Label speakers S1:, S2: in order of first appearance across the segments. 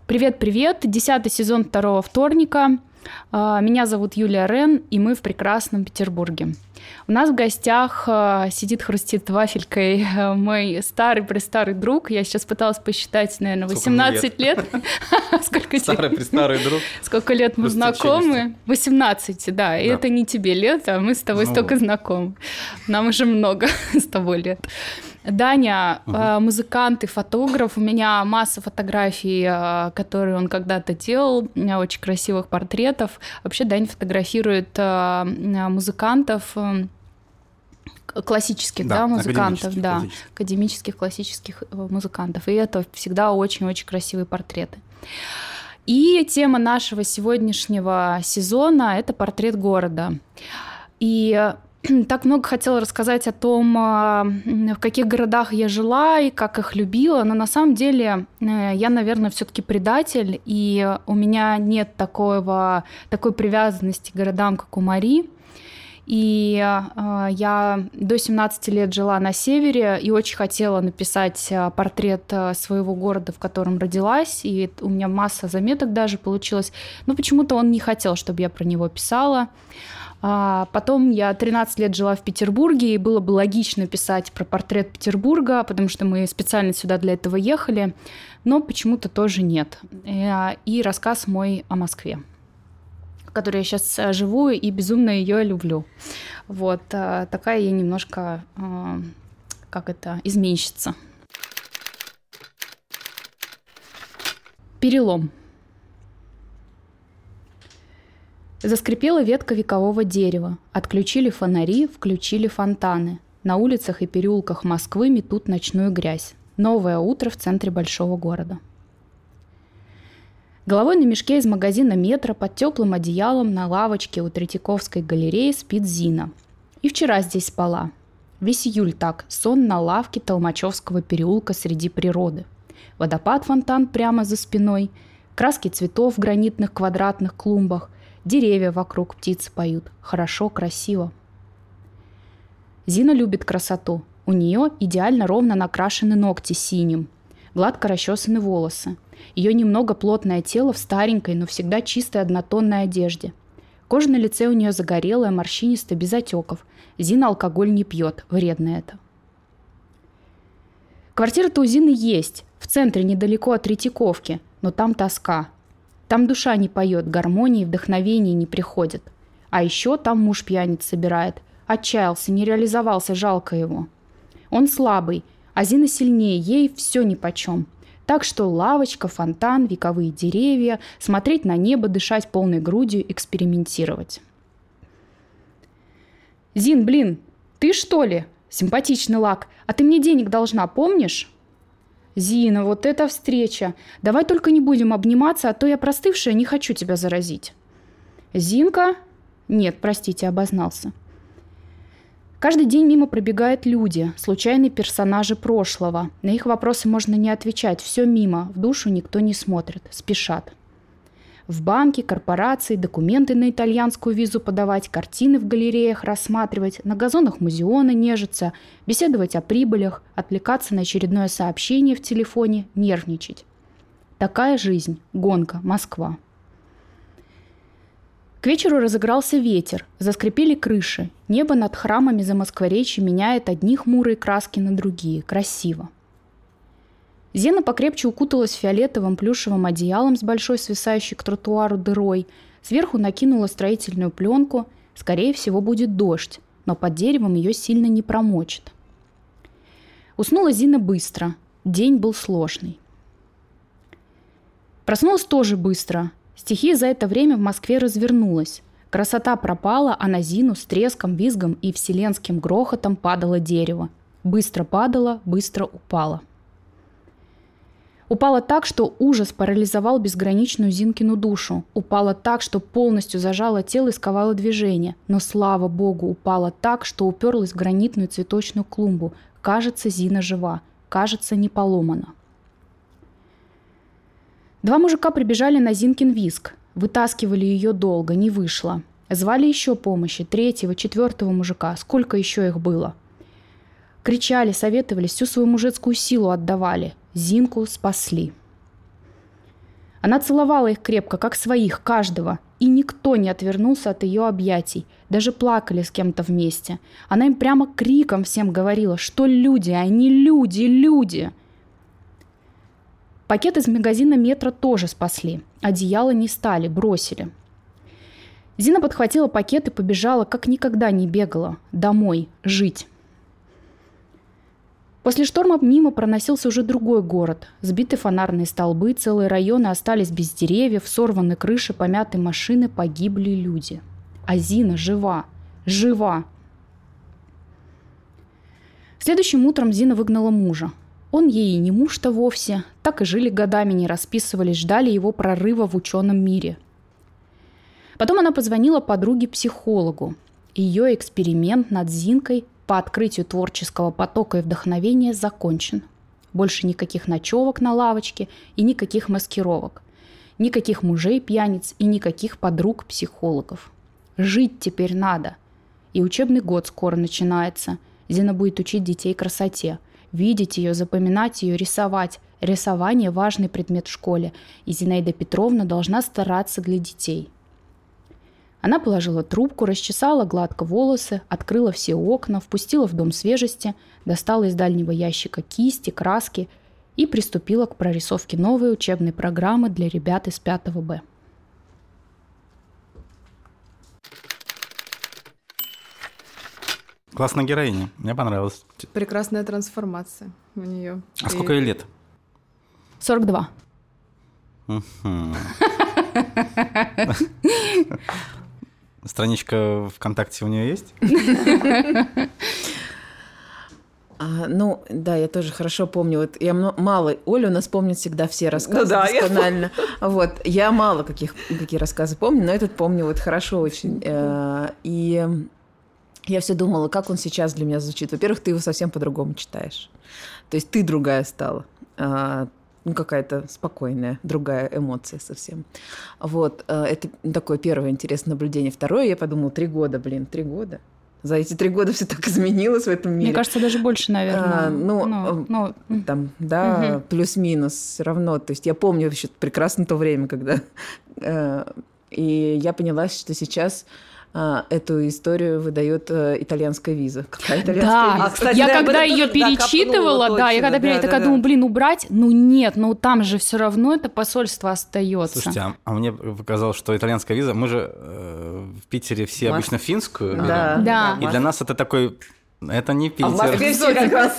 S1: Привет-привет! 10-й сезон второго вторника. Меня зовут Юлия Рен, и мы в прекрасном Петербурге. У нас в гостях сидит, хрустит вафелькой мой старый-престарый друг. Я сейчас пыталась посчитать, наверное, 18 лет.
S2: Старый-престарый друг.
S1: Сколько лет мы знакомы? 18, да. И это не тебе лет, а мы с тобой столько знакомы. Нам уже много с тобой лет. Даня музыкант и фотограф. У меня масса фотографий, которые он когда-то делал, очень красивых портретов. Вообще Даня фотографирует музыкантов, классических, музыкантов, академических классических музыкантов. И это всегда очень-очень красивые портреты. И тема нашего сегодняшнего сезона – это портрет города. И так много хотела рассказать о том, в каких городах я жила и как их любила, но на самом деле я, наверное, все-таки предатель, и у меня нет такой привязанности к городам, как у Мари. И я до 17 лет жила на севере и очень хотела написать портрет своего города, в котором родилась, и у меня масса заметок даже получилось, но почему-то он не хотел, чтобы я про него писала. Потом я 13 лет жила в Петербурге, и было бы логично писать про портрет Петербурга, потому что мы специально сюда для этого ехали, но почему-то тоже нет. И рассказ мой о Москве, в которой я сейчас живу и безумно ее люблю. Вот такая я немножко, изменщица. Перелом. Заскрипела ветка векового дерева. Отключили фонари, включили фонтаны. На улицах и переулках Москвы метут ночную грязь. Новое утро в центре большого города. Головой на мешке из магазина «Метро» под теплым одеялом на лавочке у Третьяковской галереи спит Зина. И вчера здесь спала. Весь июль так, сон на лавке Толмачевского переулка среди природы. Водопад-фонтан прямо за спиной, краски цветов в гранитных квадратных клумбах, деревья вокруг, птицы поют. Хорошо, красиво. Зина любит красоту. У нее идеально ровно накрашены ногти синим, гладко расчесаны волосы. Ее немного плотное тело в старенькой, но всегда чистой однотонной одежде. Кожа на лице у нее загорелая, морщинистая, без отеков. Зина алкоголь не пьет, вредно это. Квартира-то у Зины есть, в центре, недалеко от Третьяковки, но там тоска. Там душа не поет, гармонии и вдохновения не приходит. А еще там муж пьяниц собирает. Отчаялся, не реализовался, жалко его. Он слабый, а Зина сильнее, ей все нипочем. Так что лавочка, фонтан, вековые деревья, смотреть на небо, дышать полной грудью, экспериментировать. «Зин, блин, ты что ли? Симпатичный лак. А ты мне денег должна, помнишь?» «Зина, вот эта встреча! Давай только не будем обниматься, а то я простывшая, не хочу тебя заразить». «Зинка?» «Нет, простите, обознался». Каждый день мимо пробегают люди, случайные персонажи прошлого. На их вопросы можно не отвечать, все мимо, в душу никто не смотрит, спешат. В банке, корпорации, документы на итальянскую визу подавать, картины в галереях рассматривать, на газонах музеона нежиться, беседовать о прибылях, отвлекаться на очередное сообщение в телефоне, нервничать. Такая жизнь, гонка, Москва. К вечеру разыгрался ветер, заскрипели крыши, небо над храмами Замоскворечья меняет одни хмурые краски на другие, красиво. Зина покрепче укуталась фиолетовым плюшевым одеялом с большой свисающей к тротуару дырой, сверху накинула строительную пленку, скорее всего будет дождь, но под деревом ее сильно не промочит. Уснула Зина быстро, день был сложный. Проснулась тоже быстро. Стихия за это время в Москве развернулась. Красота пропала, а на Зину с треском, визгом и вселенским грохотом падало дерево. Быстро падало, быстро упало. Упала так, что ужас парализовал безграничную Зинкину душу. Упала так, что полностью зажало тело и сковало движение. Но, слава богу, упала так, что уперлась в гранитную цветочную клумбу. Кажется, Зина жива. Кажется, не поломана. Два мужика прибежали на Зинкин визг. Вытаскивали ее долго, не вышло. Звали еще помощи, третьего, четвертого мужика. Сколько еще их было? Кричали, советовались, всю свою мужицкую силу отдавали. Зинку спасли. Она целовала их крепко, как своих, каждого, и никто не отвернулся от ее объятий. Даже плакали с кем-то вместе. Она им прямо криком всем говорила, что люди, они люди, люди. Пакет из магазина «Метро» тоже спасли. Одеяло не стали, бросили. Зина подхватила пакет и побежала, как никогда не бегала, домой, жить. После шторма мимо проносился уже другой город. Сбиты фонарные столбы, целые районы остались без деревьев, сорваны крыши, помяты машины, погибли люди. А Зина жива, жива. Следующим утром Зина выгнала мужа. Он ей и не муж-то вовсе. Так и жили годами, не расписывались, ждали его прорыва в ученом мире. Потом она позвонила подруге-психологу. Ее эксперимент над Зинкой по открытию творческого потока и вдохновения закончен. Больше никаких ночевок на лавочке и никаких маскировок. Никаких мужей-пьяниц и никаких подруг-психологов. Жить теперь надо. И учебный год скоро начинается. Зина будет учить детей красоте. Видеть ее, запоминать ее, рисовать. Рисование – важный предмет в школе. И Зинаида Петровна должна стараться для детей. Она положила трубку, расчесала гладко волосы, открыла все окна, впустила в дом свежести, достала из дальнего ящика кисти, краски и приступила к прорисовке новой учебной программы для ребят из 5 Б.
S2: Классная героиня, мне понравилось.
S3: Прекрасная трансформация у нее.
S2: А сколько ей лет?
S1: 42.
S2: Страничка ВКонтакте у нее есть?
S4: Ну, да, я тоже хорошо помню. Вот я мало... Оля у нас помнит всегда все рассказы досконально. Вот. Я мало какие рассказы помню, но этот помню вот хорошо очень. И я все думала, как он сейчас для меня звучит. Во-первых, ты его совсем по-другому читаешь. То есть ты другая стала. Ну, какая-то спокойная, другая эмоция совсем. Вот. Это такое первое интересное наблюдение. Второе, я подумала, 3 года. За эти 3 года все так изменилось в этом мире.
S1: Мне кажется, даже больше, наверное.
S4: Там, да, плюс-минус все равно. То есть я помню еще прекрасно то время, когда... И я поняла, что сейчас... эту историю выдает итальянская виза. Какая итальянская виза?
S1: Кстати, я когда ее перечитывала, такая думаю, убрать, нет, там же все равно это посольство остается.
S2: Слушайте, а мне показалось, что итальянская виза, мы же в Питере все обычно финскую берем.
S1: Да.
S2: И для нас это такой... Это не Питер.
S4: А в Москве все как раз.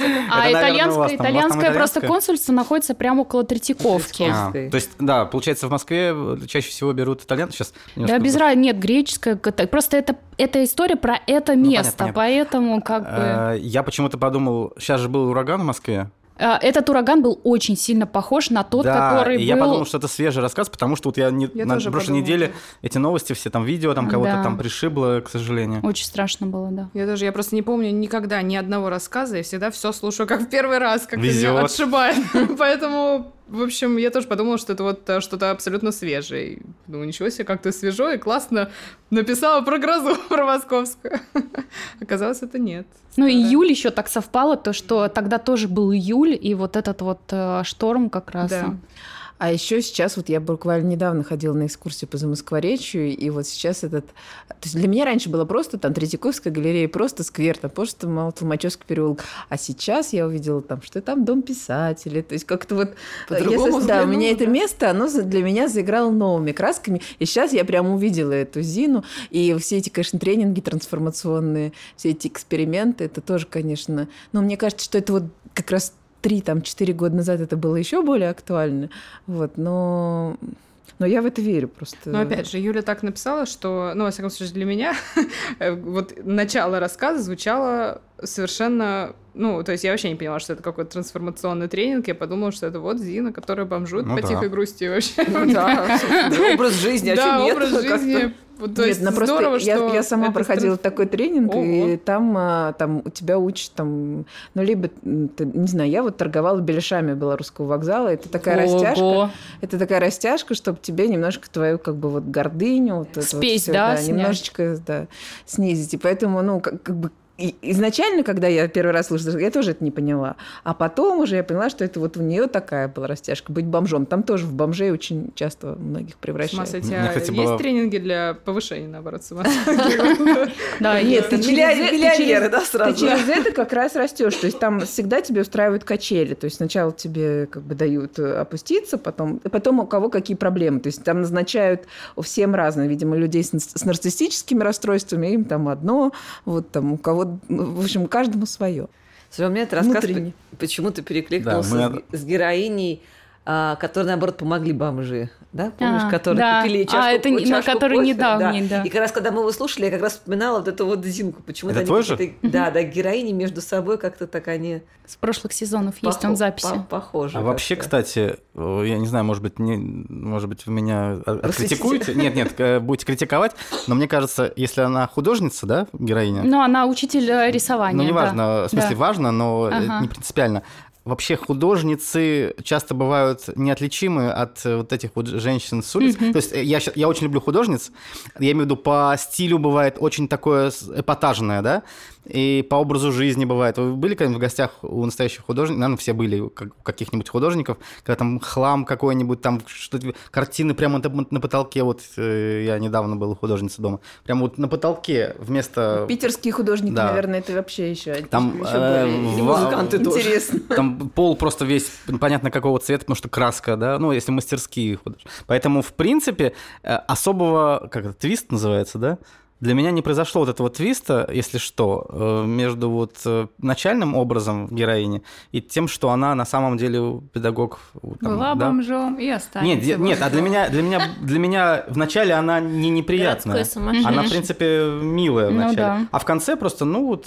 S1: А итальянское просто консульство находится прямо около Третьяковки.
S2: То есть, да, получается, в Москве чаще всего берут итальянцев.
S1: Да, без разницы, нет, греческое. Просто это история про это место, поэтому как бы...
S2: Я почему-то подумал, сейчас же был ураган в Москве.
S1: Этот ураган был очень сильно похож на тот, который был...
S2: я подумал, что это свежий рассказ, потому что вот я на прошлой неделе эти новости все, там видео, там кого-то там пришибло, к сожалению.
S1: Очень страшно было, да.
S3: Я просто не помню никогда ни одного рассказа, и всегда все слушаю как в первый раз, как
S2: меня
S3: отшибает. Поэтому, в общем, я тоже подумала, что это вот что-то абсолютно свежее. Думаю, ничего себе, как-то свежо и классно написала про грозу, про московскую. Оказалось, это нет.
S1: Ну, июль еще так совпало, то, что тогда тоже был июль, и вот этот вот шторм как раз.
S4: Да. А еще сейчас, вот я буквально недавно ходила на экскурсию по Замоскворечью, и вот сейчас То есть для меня раньше было просто там Третьяковская галерея, просто сквер, там просто Толмачевский переулок. А сейчас я увидела там, что там Дом писателей. То есть как-то вот...
S3: По-другому
S4: да, у меня это место, оно для меня заиграло новыми красками. И сейчас я прям увидела эту Зину. И все эти, конечно, тренинги трансформационные, все эти эксперименты, это тоже, конечно... Но мне кажется, что это вот как раз 3-4 года назад это было еще более актуально. Вот, но я в это верю просто.
S3: Но опять же, Юля так написала, что, во всяком случае, для меня вот начало рассказа звучало совершенно... то есть я вообще не поняла, что это какой-то трансформационный тренинг. Я подумала, что это вот Зина, которая бомжует по тихой грусти вообще.
S4: Да, образ жизни, а что нет?
S3: Да, образ жизни... То есть
S4: здорово, что я сама проходила такой тренинг, и там у тебя учат, либо, не знаю, я вот торговала беляшами Белорусского вокзала, это такая растяжка, чтобы тебе немножко твою как бы вот гордыню,
S1: спесь, да,
S4: немножечко снизить, и поэтому, как бы изначально, когда я первый раз слышала, я тоже это не поняла. А потом уже я поняла, что это вот у нее такая была растяжка, быть бомжом. Там тоже в бомжей очень часто многих превращают.
S3: У тебя есть тренинги для повышения, наоборот, самооценки?
S4: Да, нет, ты миллионеры, да, сразу. Ты через это как раз растешь. То есть там всегда тебе устраивают качели. То есть сначала тебе как бы дают опуститься, потом у кого какие проблемы. То есть там назначают всем разное. Видимо, людей с нарциссическими расстройствами, им там одно, вот там у кого, в общем, каждому свое.
S5: У меня этот рассказ почему-то перекликнулся с героиней, которые, наоборот, помогли бомжи. Да, помнишь, которые купили чашку
S1: который
S5: кофе?
S1: недавний, да.
S5: И как раз, когда мы его слушали, я как раз вспоминала вот эту вот Зинку. Почему-то
S2: это твой же?
S5: Да, героини между собой как-то так они...
S1: С прошлых сезонов есть он записи.
S5: Похоже.
S2: А вообще, кстати, я не знаю, может быть, вы меня откритикуете? Нет, будете критиковать, но мне кажется, если она художница, да, героиня?
S1: Ну, она учитель рисования.
S2: Ну, неважно, в смысле, важно, но не принципиально. Вообще художницы часто бывают неотличимы от вот этих вот женщин с улиц. То есть я очень люблю художниц. Я имею в виду, по стилю бывает очень такое эпатажное, да? И по образу жизни бывает. Вы были когда-нибудь в гостях у настоящих художников? Наверное, все были у каких-нибудь художников, когда там хлам какой-нибудь, там что-то, картины прямо на потолке. Вот я недавно был у художницы дома. Прямо вот на потолке вместо...
S4: Питерские художники, наверное, это вообще еще
S2: там
S4: музыканты тоже. Интересно.
S2: Там пол просто весь непонятно какого цвета, потому что краска, да, ну, если мастерские художники. Поэтому, в принципе, особого, как это, твист называется, да? Для меня не произошло вот этого твиста, если что, между вот начальным образом героини и тем, что она на самом деле педагог. Там,
S1: была бомжом и останется.
S2: Нет, а для меня вначале она не неприятная. Она, в принципе, милая вначале. Да. А в конце просто,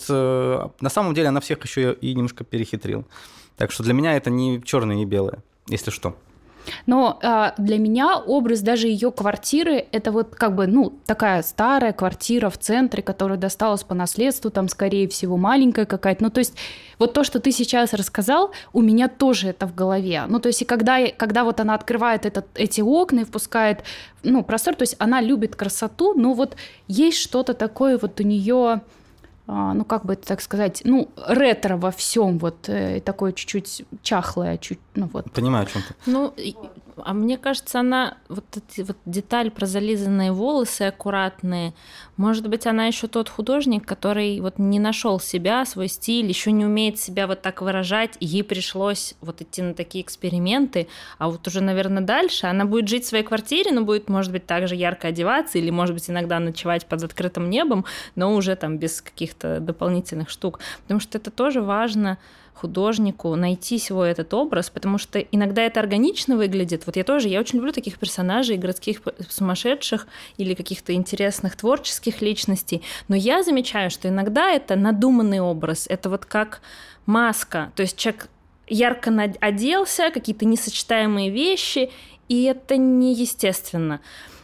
S2: на самом деле она всех еще и немножко перехитрила. Так что для меня это не черное и белое, если что.
S1: Но для меня образ даже ее квартиры – это вот как бы, такая старая квартира в центре, которая досталась по наследству, там, скорее всего, маленькая какая-то. Ну, то есть вот то, что ты сейчас рассказал, у меня тоже это в голове. Ну, то есть и когда вот она открывает эти окна и впускает, простор, то есть она любит красоту, но вот есть что-то такое вот у нее... как бы это так сказать, ретро во всем, вот такое чуть-чуть чахлое, вот.
S2: Понимаю, о чем ты.
S6: А мне кажется, она вот эти вот деталь про зализанные волосы аккуратные, может быть, она еще тот художник, который вот не нашел себя, свой стиль, еще не умеет себя вот так выражать, и ей пришлось вот идти на такие эксперименты, а вот уже, наверное, дальше она будет жить в своей квартире, но будет, может быть, также ярко одеваться или, может быть, иногда ночевать под открытым небом, но уже там без каких-то дополнительных штук, потому что это тоже важно художнику найти свой этот образ, потому что иногда это органично выглядит. Вот я очень люблю таких персонажей, городских сумасшедших или каких-то интересных творческих личностей, но я замечаю, что иногда это надуманный образ, это вот как маска, то есть человек ярко оделся, какие-то несочетаемые вещи, и это неестественно.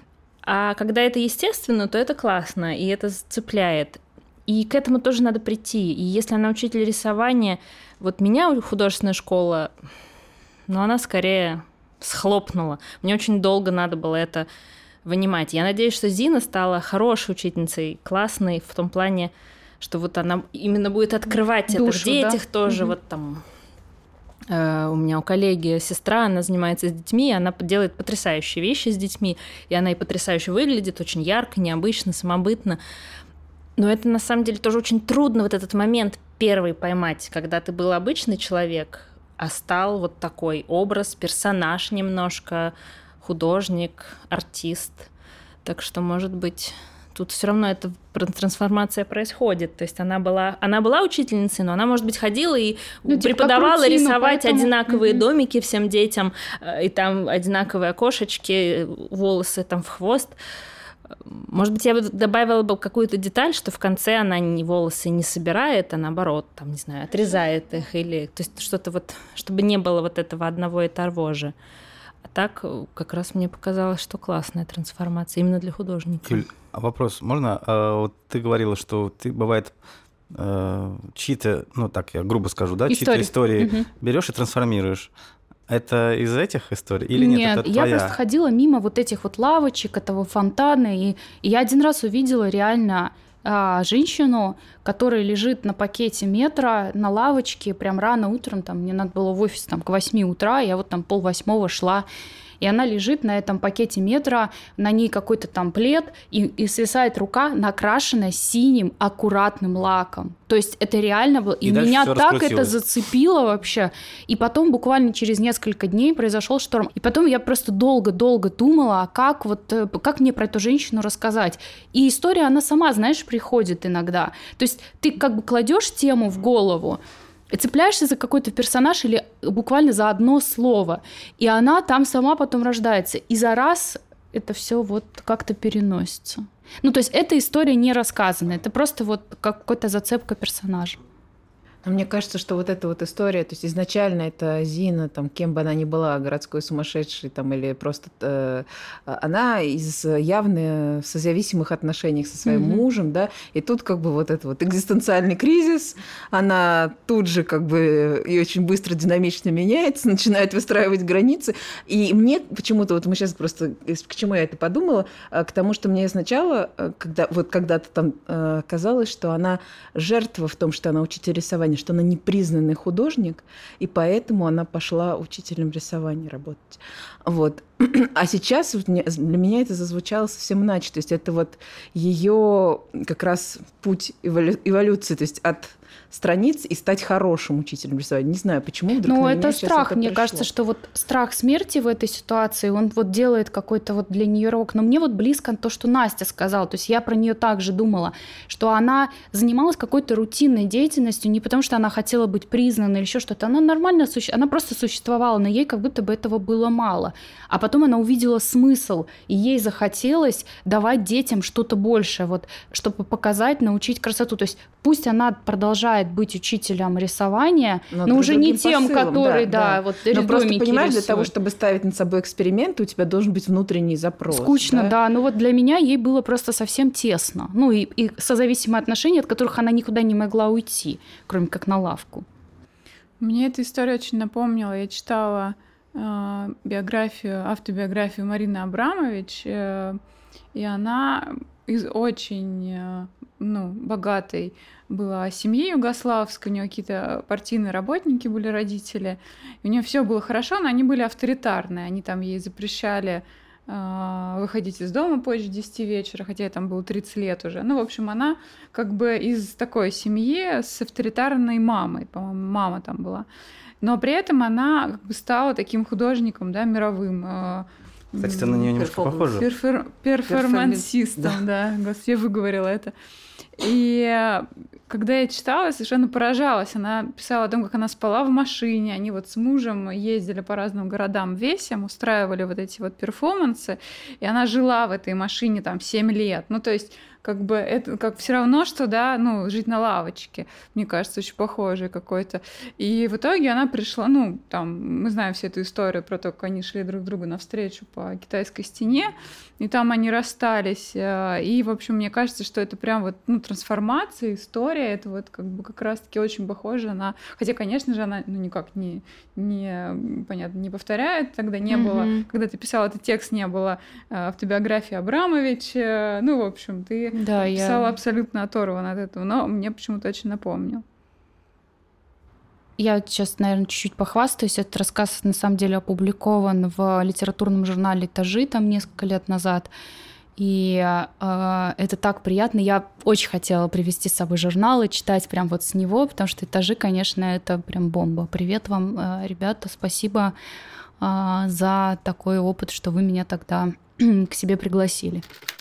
S6: А когда это естественно, то это классно, и это цепляет. И к этому тоже надо прийти. И если она учитель рисования, вот меня художественная школа, она скорее схлопнула. Мне очень долго надо было это вынимать. Я надеюсь, что Зина стала хорошей учительницей, классной в том плане, что вот она именно будет открывать душу, это в детях тоже. Вот там у меня у коллеги сестра, она занимается с детьми, она делает потрясающие вещи с детьми, и она и потрясающе выглядит, очень ярко, необычно, самобытно. Но это на самом деле тоже очень трудно вот этот момент первый поймать, когда ты был обычный человек, а стал вот такой образ, персонаж немножко, художник, артист. Так что, может быть, тут все равно эта трансформация происходит. То есть она была учительницей, но она, может быть, ходила и преподавала рутину, рисовать поэтому... одинаковые домики всем детям, и там одинаковые окошечки, волосы там в хвост. Может быть, я бы добавила бы какую-то деталь, что в конце она волосы не собирает, а наоборот, там, не знаю, отрезает их, или то есть что-то вот, чтобы не было вот этого одного и того же. А так как раз мне показалось, что классная трансформация именно для художника.
S2: Юль, а вопрос можно? Вот ты говорила, что ты, бывает, чьи-то, так я грубо скажу, да, чьи-то истории берешь и трансформируешь. Это из этих историй или нет?
S1: Нет, я просто ходила мимо вот этих вот лавочек, этого фонтана, и я один раз увидела реально женщину, которая лежит на пакете метро на лавочке прям рано утром, там, мне надо было в офис там, к 8 утра, я вот там 7:30 шла, и она лежит на этом пакете метро, на ней какой-то там плед, и свисает рука, накрашенная синим аккуратным лаком. То есть это реально было. И меня так это зацепило вообще. И потом буквально через несколько дней произошел шторм. И потом я просто долго-долго думала, а как мне про эту женщину рассказать. И история, она сама, знаешь, приходит иногда. То есть ты как бы кладешь тему в голову, и цепляешься за какой-то персонаж или буквально за одно слово, и она там сама потом рождается. И за раз это все вот как-то переносится. Ну, то есть эта история не рассказана, это просто вот какая-то зацепка персонажа.
S4: Мне кажется, что вот эта вот история, то есть изначально это Зина, там, кем бы она ни была, городской сумасшедший, там, или просто она из явно в созависимых отношениях со своим мужем, да, и тут как бы вот этот вот экзистенциальный кризис, она тут же как бы и очень быстро, динамично меняется, начинает выстраивать границы, и мне почему-то, вот мы сейчас просто, к чему я это подумала, к тому, что мне сначала, когда-то там казалось, что она жертва в том, что она учитель рисования, что она непризнанный художник, и поэтому она пошла учителем рисования работать. Вот. А сейчас для меня это зазвучало совсем иначе. То есть это вот ее как раз путь эволюции, то есть от страниц и стать хорошим учителем рисования. Не знаю, почему вдруг на
S1: это
S4: меня
S1: страх.
S4: Это
S1: мне
S4: пришло.
S1: кажется, что вот страх смерти в этой ситуации, он вот делает какой-то вот для нее рок. Но мне вот близко то, что Настя сказала. То есть я про нее также думала, что она занималась какой-то рутинной деятельностью не потому, что она хотела быть признанной или еще что-то. Она нормально, она просто существовала, но ей как будто бы этого было мало. А потом она увидела смысл, и ей захотелось давать детям что-то большее, вот, чтобы показать, научить красоту. То есть пусть она продолжает быть учителем рисования, но уже не тем, который, вот рисует.
S4: Но просто, понимаешь, для того, чтобы ставить над собой эксперименты, у тебя должен быть внутренний запрос.
S1: Скучно, да. Но вот для меня ей было просто совсем тесно. Ну и созависимые отношения, от которых она никуда не могла уйти, кроме как на лавку.
S7: Мне эта история очень напомнила. Я читала автобиографию Марины Абрамович, и она из очень богатой была семьи югославской, у нее какие-то партийные работники были, родители, и у нее все было хорошо, но они были авторитарные, они там ей запрещали выходить из дома позже 10 вечера, хотя ей там было 30 лет уже. Ну, в общем, она как бы из такой семьи с авторитарной мамой, по-моему, мама там была. Но при этом она как бы стала таким художником, да, мировым.
S2: Кстати, ты на нее немножко похожа.
S7: Перформансистом, да. Господи, я выговорила это. И когда я читала, я совершенно поражалась. Она писала о том, как она спала в машине. Они вот с мужем ездили по разным городам весям, устраивали вот эти вот перформансы. И она жила в этой машине там 7 лет. Ну, то есть как бы это как все равно, что, да, жить на лавочке. Мне кажется, очень похожее какое-то. И в итоге она пришла, там, мы знаем всю эту историю про то, как они шли друг другу навстречу по Китайской стене, и там они расстались. И, в общем, мне кажется, что это прям вот, трансформация, история, это вот как раз-таки очень похоже на... Хотя, конечно же, она, никак понятно, не повторяет. Тогда не было, когда ты писала этот текст, не было автобиографии Абрамович. В общем, ты писала абсолютно оторванно от этого, но мне почему-то очень напомнил.
S1: Я сейчас, наверное, чуть-чуть похвастаюсь. Этот рассказ, на самом деле, опубликован в литературном журнале «Этажи» там несколько лет назад. И это так приятно. Я очень хотела привезти с собой журнал и читать прям вот с него, потому что «Этажи», конечно, это прям бомба. Привет вам, ребята, спасибо за такой опыт, что вы меня тогда к себе пригласили.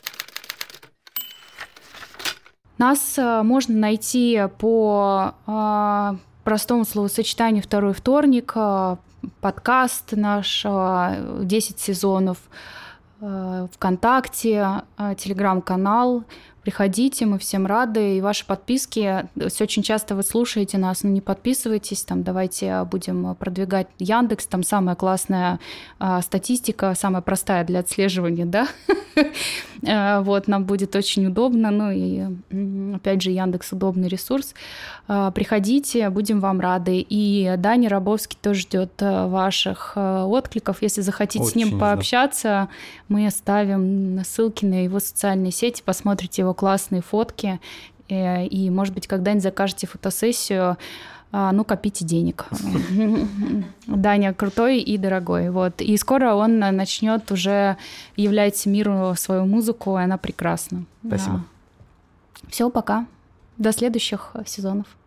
S1: Нас можно найти по простому словосочетанию «Второй вторник», подкаст наш, 10 сезонов, ВКонтакте, телеграм-канал. Приходите, мы всем рады. И ваши подписки. Очень часто вы слушаете нас, но не подписывайтесь. Там давайте будем продвигать Яндекс. Там самая классная статистика, самая простая для отслеживания, да? Вот, нам будет очень удобно. И опять же, Яндекс удобный ресурс. Приходите, будем вам рады. И Даня Рабовский тоже ждет ваших откликов. Если захотите очень с ним пообщаться, мы оставим ссылки на его социальные сети, посмотрите его него классные фотки. И, может быть, когда-нибудь закажете фотосессию, копите денег. Даня крутой и дорогой. Вот. И скоро он начнет уже являть миру свою музыку, и она прекрасна.
S2: Спасибо.
S1: Все, пока. До следующих сезонов.